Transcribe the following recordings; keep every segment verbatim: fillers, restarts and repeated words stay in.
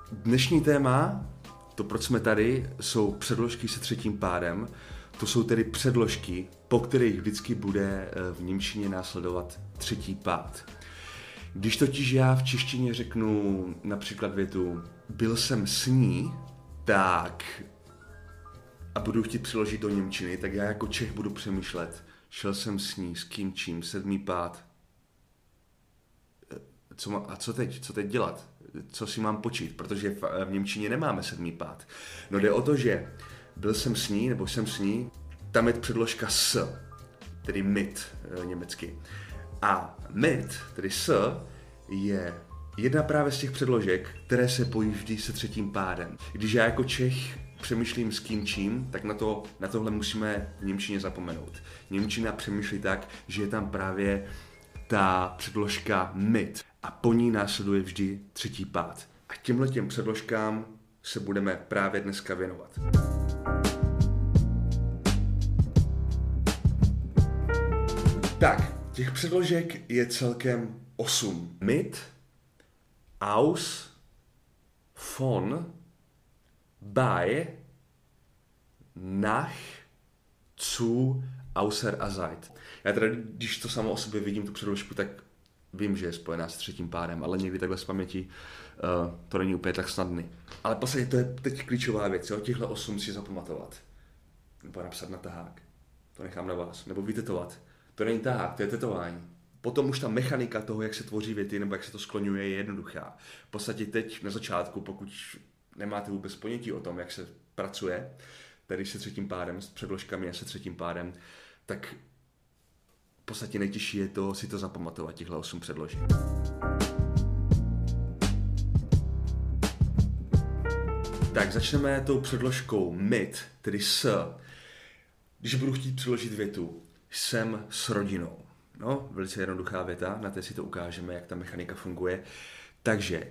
Dnešní téma, to proč jsme tady, jsou předložky se třetím pádem. To jsou tedy předložky, po kterých vždycky bude v němčině následovat třetí pád. Když totiž já v češtině řeknu například větu byl jsem s ní, tak a budu chtít přeložit do němčiny, tak já jako Čech budu přemýšlet, šel jsem s ní, s kým, čím, sedmý pád. Co má, a co teď? Co teď dělat? Co si mám počít? Protože v, v němčině nemáme sedmý pád. No jde o to, že byl jsem s ní, nebo jsem s ní, tam je předložka s, tedy mit německy. A mit, tedy s, je jedna právě z těch předložek, které se pojí vždy se třetím pádem. Když já jako Čech přemýšlím s kým čím, tak na, to, na tohle musíme v němčině zapomenout. Němčina přemýšlí tak, že je tam právě ta předložka mit a po ní následuje vždy třetí pád. A těmhletěm předložkám se budeme právě dneska věnovat. Tak, těch předložek je celkem osm. Mit, aus, von, bei, nach, zu, außer a seit. Já teda, když to samo o sobě vidím, tu předložku, tak vím, že je spojená s třetím pádem, ale někdy takhle z paměti uh, to není úplně tak snadný. Ale podstatě to je teď klíčová věc, jo? Těchhle osm si zapamatovat. Nebo napsat na tahák. To nechám na vás. Nebo vytetovat. To není tahák, to je tetování. Potom už ta mechanika toho, jak se tvoří věty, nebo jak se to skloňuje, je jednoduchá. V podstatě teď na začátku, pokud nemáte vůbec ponětí o tom, jak se pracuje, tedy se třetím pádem, s předložkami a se třetím pádem, tak v podstatě nejtěžší je to si to zapamatovat, těchto osm předložek. Tak začneme tou předložkou mit, tedy s. Když budu chtít přeložit větu, jsem s rodinou. No, velice jednoduchá věta, na té si to ukážeme, jak ta mechanika funguje. Takže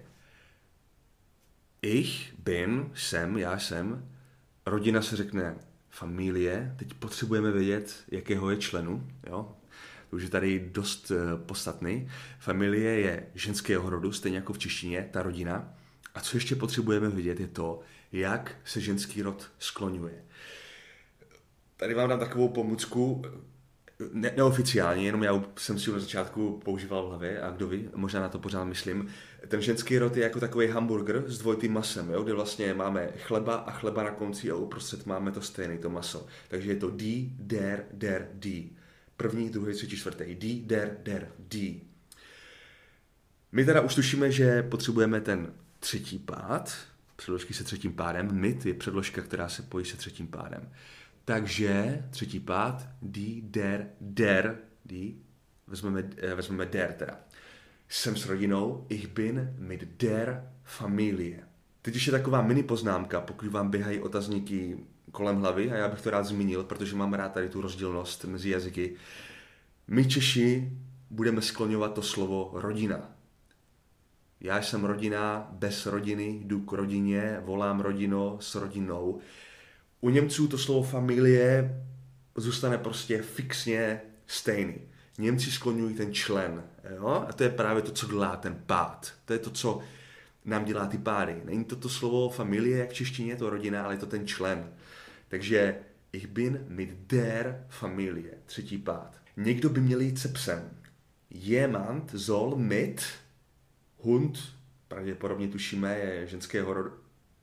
ich bin, jsem, já jsem, rodina se řekne familie, teď potřebujeme vědět, jakého je členu, jo. To už je tady dost podstatný. Familie je ženského rodu, stejně jako v češtině, ta rodina. A co ještě potřebujeme vidět, je to, jak se ženský rod skloňuje. Tady vám dám takovou pomůcku, ne- neoficiálně, jenom já jsem si ji na začátku používal v hlavě, a kdo ví, možná na to pořád myslím. Ten ženský rod je jako takový hamburger s dvojitým masem, jo? Kde vlastně máme chleba a chleba na konci a uprostřed máme to stejné, to maso. Takže je to die, der, der, die. První, druhý, třetí, čtvrtý. Die, der, der, die. My teda už tušíme, že potřebujeme ten třetí pád, předložky se třetím pádem. Mit je předložka, která se pojí se třetím pádem. Takže třetí pád, die, der, der, die, vezmeme, vezmeme der teda. Jsem s rodinou, ich bin mit der Familie. Teď ještě taková mini poznámka, pokud vám běhají otazníky kolem hlavy, a já bych to rád zmínil, protože mám rád tady tu rozdílnost mezi jazyky. My Češi budeme skloňovat to slovo rodina. Já jsem rodina, bez rodiny, jdu k rodině, volám rodino s rodinou. U Němců to slovo familie zůstane prostě fixně stejný. Němci skloňují ten člen, jo? A to je právě to, co dělá ten pád. To je to, co nám dělá ty pády. Není to to slovo familie, jak v češtině, to rodina, ale je to ten člen. Takže ich bin mit der Familie, třetí pád. Někdo by měl jít se psem. Jemand soll mit Hund, pravděpodobně tušíme, je ženského rodu,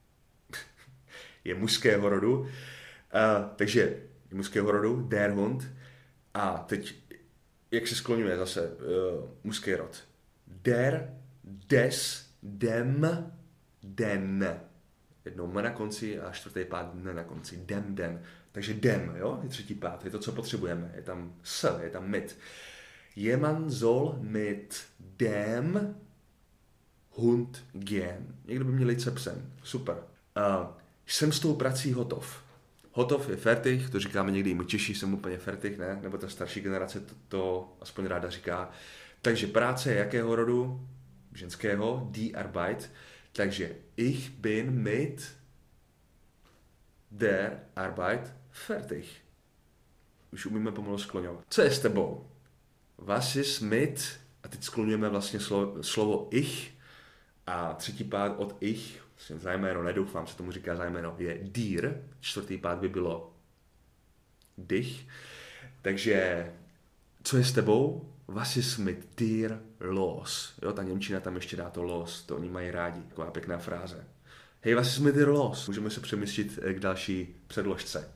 je mužského rodu, uh, takže je mužského rodu, der Hund. A teď, jak se skloňuje zase uh, mužský rod. Der, des, dem, den. Jednou m na konci a čtvrtý pád n na konci. Dem, den. Takže dem, jo, je třetí pád. Je to, co potřebujeme. Je tam s, je tam mit. Jemand soll mit dem Hund gehen. Někdo by měl jít se psem. Super. Uh, jsem s tou prací hotov. Hotov je fertig, to říkáme někdy i my Češi, jsem úplně fertig, ne? Nebo ta starší generace to, to aspoň ráda říká. Takže práce je jakého rodu? Ženského, die Arbeit. Takže ich bin mit der Arbeit fertig. Už umíme pomalu skloňovat. Co je s tebou? Was ist mit, a teď skloňujeme vlastně slovo, slovo ich a třetí pád od ich vlastně zájméno, nedoufám, se tomu říká zájméno, je dir, čtvrtý pád by bylo dich. Takže, co je s tebou? Was ist mit dir los? Jo, ta němčina tam ještě dá to los, to oni mají rádi, taková pěkná fráze. Hej, was ist mit dir los? Můžeme se přemystit k další předložce.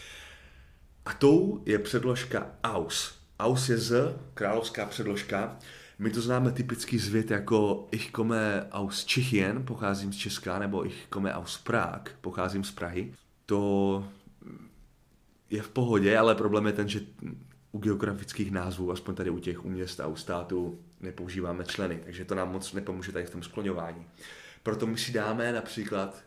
A tou je předložka aus. Aus je z, královská předložka. My to známe typický zvět jako ich komme aus Tschechien, pocházím z Česka, nebo ich komme aus Prag, pocházím z Prahy. To je v pohodě, ale problém je ten, že u geografických názvů, aspoň tady u těch u měst a u států, nepoužíváme členy, takže to nám moc nepomůže tady v tom skloňování. Proto my si dáme například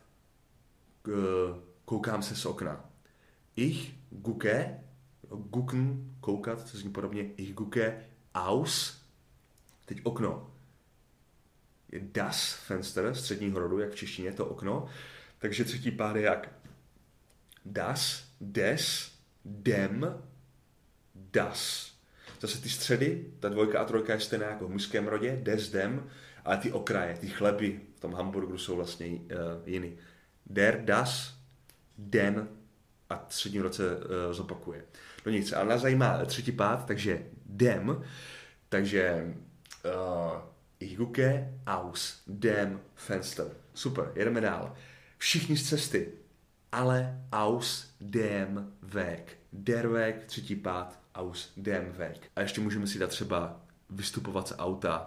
koukám se z okna. Ich gucke, gucken, koukat, co zní podobně, ich gucke aus, teď okno. Je das Fenster, středního rodu, jak v češtině, to okno. Takže třetí pád je jak das, des, dem, das. Zase ty středy, ta dvojka a trojka je stejná jako v mužském rodě, des, dem, ale ty okraje, ty chleby v tom hamburgeru jsou vlastně uh, jiný. Der, das, den a v třetím roce uh, zopakuje. No nic, ale nás zajímá třetí pád, takže dem, takže uh, ich gucke aus dem Fenster. Super, jedeme dál. Všichni z cesty, ale aus dem Weg. Der Weg, třetí pád, aus dem Weg. A ještě můžeme si dát třeba vystupovat z auta,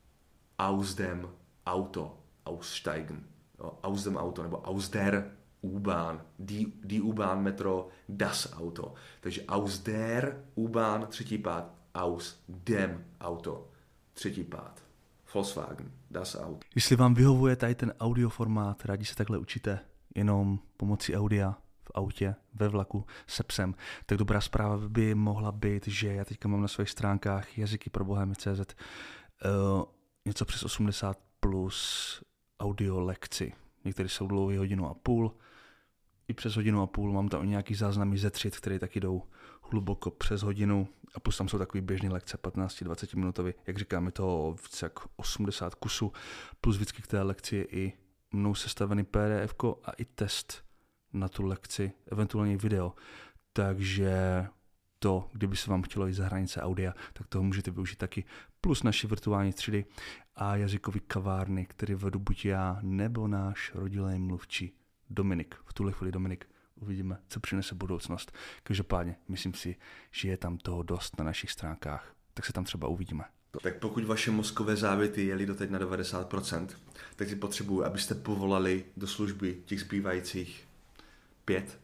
aus dem Auto, aussteigen. Jo, aus dem Auto, nebo aus der U-Bahn, die, die U-Bahn, metro, das Auto. Takže aus der U-Bahn, třetí pád, aus dem Auto, třetí pád. Volkswagen, das Auto. Jestli vám vyhovuje tady ten audioformát, rádi se takhle učíte jenom pomocí audia v autě, ve vlaku, se psem, tak dobrá zpráva by mohla být, že já teďka mám na svých stránkách jazyky pro bohemy tečka cé zet uh, něco přes osmdesát plus audio lekci. Některé jsou dlouhé hodinu a půl, i přes hodinu a půl, mám tam nějaký záznamy ze tříd, které taky jdou hluboko přes hodinu a plus tam jsou takový běžný lekce patnáct až dvacet minutový, jak říkám, je to více jak osmdesát kusů, plus vždycky k té lekci je i mnou sestavený pé dé efko a i test na tu lekci, eventuálně video, takže to, kdyby se vám chtělo jít za hranice audia, tak toho můžete využít taky, plus naše virtuální třídy a jazykový kavárny, které vedu buď já, nebo náš rodilý mluvčí Dominik. V tuhle chvíli Dominik, uvidíme, co přinese budoucnost. Každopádně, myslím si, že je tam toho dost na našich stránkách, tak se tam třeba uvidíme. Tak pokud vaše mozkové závity jeli doteď na devadesát procent, tak si potřebuji, abyste povolali do služby těch zbývajících pět.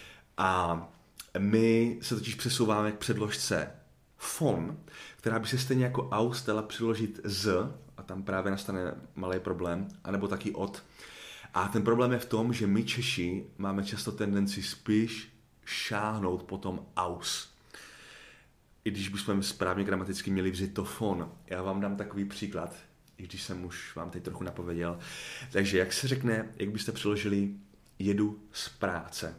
A my se totiž přesouváme k předložce von, která by se stejně jako aus dala přiložit z, a tam právě nastane malý problém, anebo taky od. A ten problém je v tom, že my Češi máme často tendenci spíš šáhnout po tom aus. I když bychom správně gramaticky měli vzít to von. Já vám dám takový příklad, i když jsem už vám teď trochu napověděl. Takže jak se řekne, jak byste přeložili jedu z práce.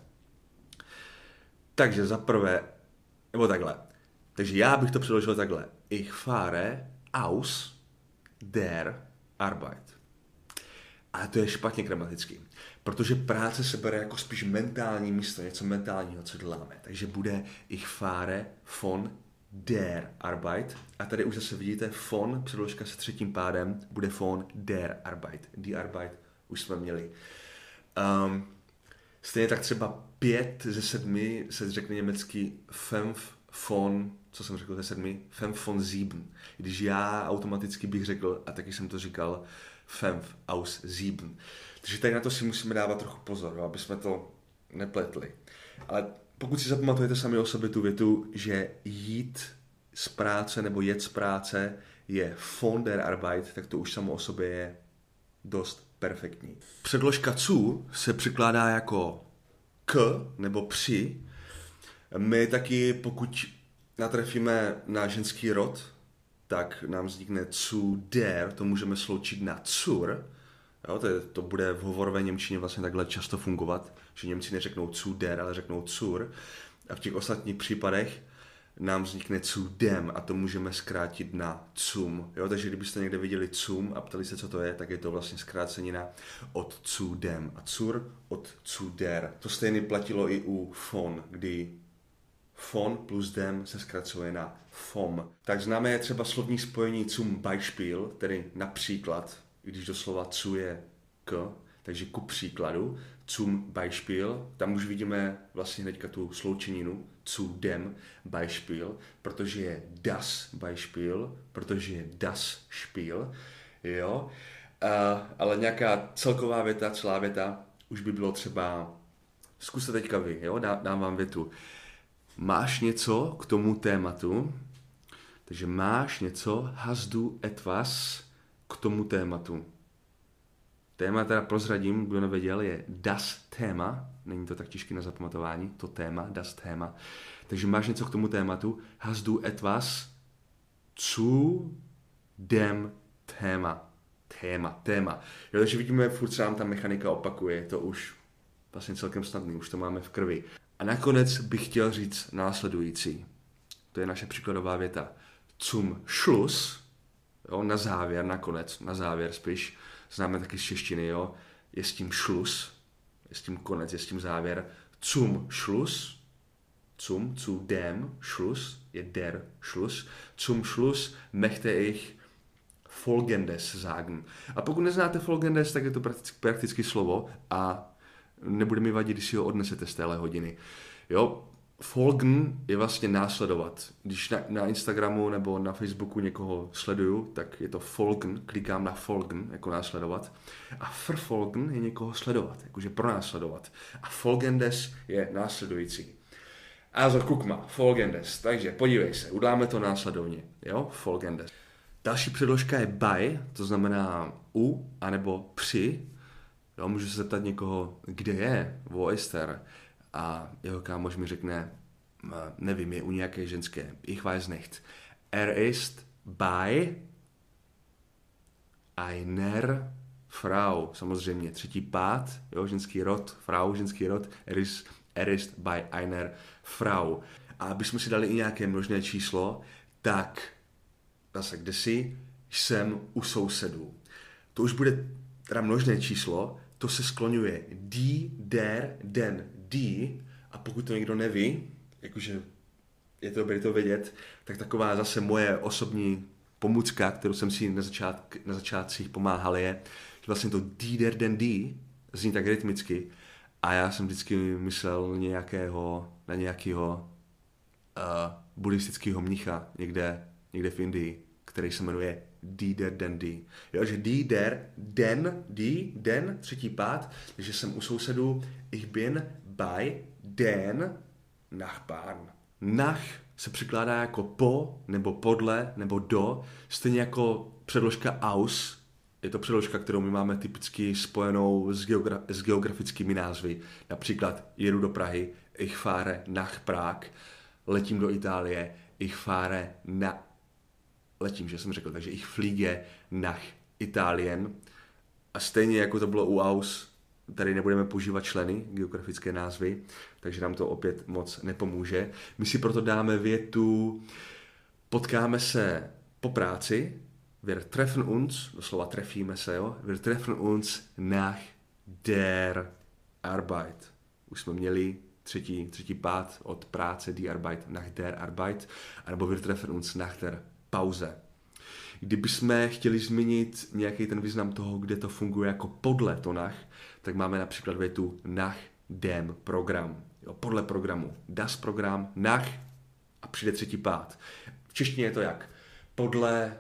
Takže za prvé, nebo takhle. Takže já bych to přeložil takhle. Ich fahre aus der Arbeit. Ale to je špatně gramaticky, protože práce se bere jako spíš mentální místo, něco mentálního, co děláme. Takže bude ich fahre von der Arbeit. A tady už zase vidíte von, předložka se třetím pádem, bude von der Arbeit. Die Arbeit už jsme měli. Um, stejně tak třeba pět ze sedmi se řekne německy fünf von, co jsem řekl ze sedmi, fünf von sieben. Když já automaticky bych řekl, a taky jsem to říkal, fünf aus sieben. Takže tady na to si musíme dávat trochu pozor, aby jsme to nepletli. Ale pokud si zapamatujete sami o sobě tu větu, že jít z práce nebo jet z práce je von der Arbeit, tak to už samo o sobě je dost perfektní. Předložka zu se překládá jako k nebo při. My taky, pokud natrefíme na ženský rod, tak nám vznikne zu der, to můžeme sloučit na zur. Jo, to, je, to bude v hovorové němčině vlastně takhle často fungovat, že Němci neřeknou zu der, ale řeknou zur. A v těch ostatních případech nám vznikne zu dem a to můžeme zkrátit na zum. Jo? Takže kdybyste někde viděli zum a ptali se, co to je, tak je to vlastně zkrácenina od zu dem a zur od zu der. To stejně platilo i u von, kdy von plus dem se zkracuje na vom. Tak známe je třeba slovní spojení zum Beispiel, tedy například, když doslova zu je k, takže ku příkladu, zum Beispiel, tam už vidíme vlastně hnedka tu sloučeninu, zu dem Beispiel, protože je das Beispiel, protože je das Spiel, jo. Uh, ale nějaká celková věta, celá věta, už by bylo třeba, zkuste teďka vy, jo, Dá, dám vám větu. Máš něco k tomu tématu, takže máš něco, hast du etwas k tomu tématu. Téma teda prozradím, kdo nevěděl, je das téma, není to tak těžké na zapamatování, to téma, das téma. Takže máš něco k tomu tématu, hast du etwas zu dem téma. Téma, téma. Jo, takže vidíme, furt se nám ta mechanika opakuje, je to už vlastně celkem snadný, už to máme v krvi. A nakonec bych chtěl říct následující. To je naše příkladová věta. Zum Schluss, jo, na závěr, nakonec, na závěr spíš, známe taky z češtiny, jo, je s tím Schluss, je s tím konec, je s tím závěr. Zum Schluss, zum, zu dem Schluss, je der Schluss. Zum Schluss möchte ich Folgendes sagen. A pokud neznáte Folgendes, tak je to prakticky, prakticky slovo a nebude mi vadit, když si ho odnesete z téhle hodiny. Jo, folgen je vlastně následovat. Když na, na Instagramu nebo na Facebooku někoho sleduju, tak je to folgen, klikám na folgen, jako následovat. A verfolgen je někoho sledovat, jakože pronásledovat. A folgendes je následující. Also guck mal, folgendes. Takže podívej se, uděláme to následovně. Jo, folgendes. Další předložka je by, to znamená u, anebo při. Jo, můžu se zeptat někoho, kde je, wo ist er? A jeho kámoš mi řekne, nevím, je u nějaké ženské, ich weiß nicht. Er ist bei einer Frau, samozřejmě třetí pád, jo, ženský rod, Frau, ženský rod, er ist, er ist bei einer Frau. A abychom si dali i nějaké množné číslo, tak zase kde si, jsem u sousedů. To už bude teda množné číslo, to se skloňuje die, der, den, die, a pokud to někdo neví, jakože je to dobré to vědět, tak taková zase moje osobní pomůcka, kterou jsem si na, začátk, na začátcích pomáhal, je, že vlastně to die, der, den, die zní tak rytmicky a já jsem vždycky myslel nějakého, na nějakého uh, buddhistického mnicha někde, někde v Indii, který se jmenuje die, der, den, die. Jo, že die, der, den, die, den, třetí pád, takže jsem u sousedů, ich bin bei den Nachbarn. Nach se překládá jako po, nebo podle, nebo do, stejně jako předložka aus, je to předložka, kterou my máme typicky spojenou s, geogra- s geografickými názvy. Například jedu do Prahy, ich fahre nach Prag, letím do Itálie, ich fahre na letím, že jsem řekl, takže ich fliege nach Italien. A stejně jako to bylo u aus, tady nebudeme používat členy, geografické názvy, takže nám to opět moc nepomůže. My si proto dáme větu, potkáme se po práci, wir treffen uns, doslova trefíme se, jo, wir treffen uns nach der Arbeit. Už jsme měli třetí, třetí pád od práce, die Arbeit, nach der Arbeit, anebo wir treffen uns nach der pauze. Kdybychom chtěli změnit nějaký ten význam toho, kde to funguje jako podle to nach, tak máme například větu nach dem Programm. Jo, podle programu. Das Programm, nach a přijde třetí pád. V češtině je to jak? Podle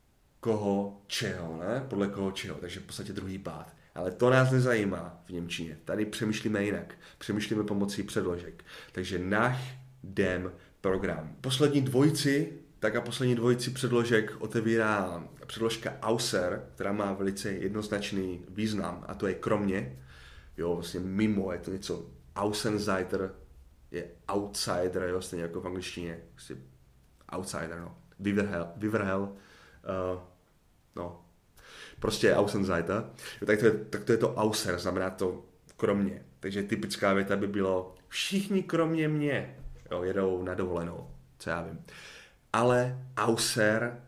koho čeho, ne? Podle koho čeho, takže v podstatě druhý pád. Ale to nás nezajímá v němčině. Tady přemýšlíme jinak. Přemýšlíme pomocí předložek. Takže nach dem Programm. Poslední dvojici Tak a poslední dvojici předložek otevírá předložka außer, která má velice jednoznačný význam, a to je kromě, jo, vlastně mimo, je to něco, Außenseiter je outsider, jo, stejně jako v angličtině, vlastně outsider, no, vyvrhel, vyvrhel, uh, no, prostě Außenseiter, jo, tak, to je, tak to je to außer, znamená to kromě, takže typická věta by bylo, všichni kromě mě, jo, jedou na dovolenou. co já vím. Ale außer,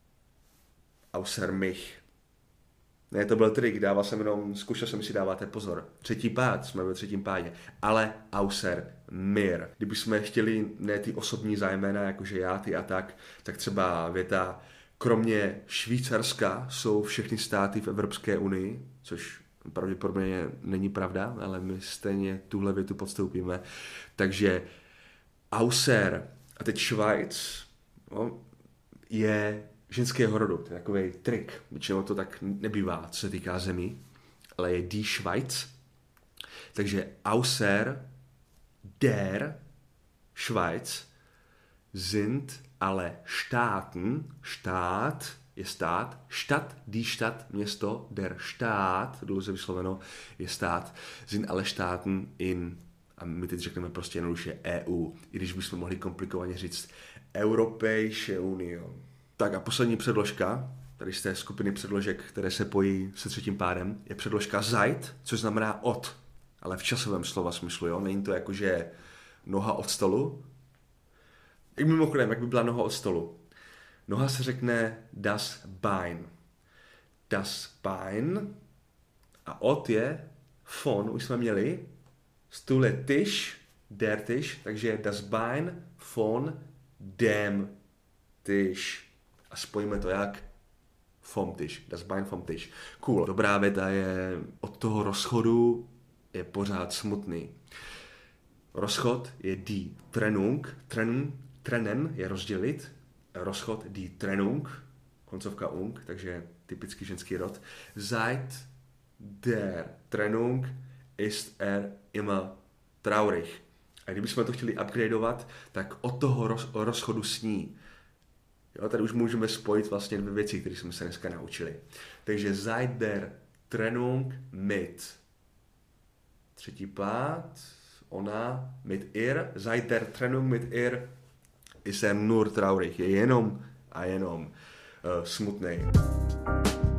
außer mich. Ne, to byl trik, dával jsem jenom, zkušel jsem si dáváte pozor. Třetí pád, jsme ve třetím pádě. Ale außer mir. Kdybychom chtěli ne ty osobní zájmena, jakože já, ty a tak, tak třeba věta, kromě Švýcarska jsou všechny státy v Evropské unii, což pravděpodobně není pravda, ale my stejně tuhle větu podstoupíme. Takže außer, a teď Schweiz, no, je ženského rodu, to je takový trik, většinou to tak nebývá, co se týká zemí, ale je die Schweiz, takže außer der Schweiz sind ale Staaten, Stát je stát, Stadt, die Stadt, město, der Staat, dlouze vysloveno, je stát, sind ale Staaten in, a my teď řekneme prostě jednoduše E U, i když bychom mohli komplikovaně říct Europäische Union. Tak a poslední předložka, tady z té skupiny předložek, které se pojí se třetím pádem, je předložka seit, což znamená od, ale v časovém slova smyslu, jo? Není to jako, že noha od stolu. Jak mimochodem, jak by byla noha od stolu? Noha se řekne das Bein. Das Bein a od je von, už jsme měli, stůl je Tisch, der Tisch, takže das Bein von dem Tisch. A spojíme to jak? Vom Tisch. Das Bein vom Tisch. Cool. Dobrá věta je, od toho rozchodu je pořád smutný. Rozchod je die Trennung. Trennung, trennen je rozdělit. Rozchod die Trennung. Koncovka ung, takže typický ženský rod. Seit der Trennung ist er immer traurig. A kdybychom to chtěli upgradeovat, tak od toho roz, rozchodu sní. Jo, tady už můžeme spojit vlastně dvě věci, které jsme se dneska naučili. Takže seit der Trennung mit třetí pád, ona, mit ihr, seit der Trennung mit ihr ist er nur traurig, je jenom a jenom uh, smutnej.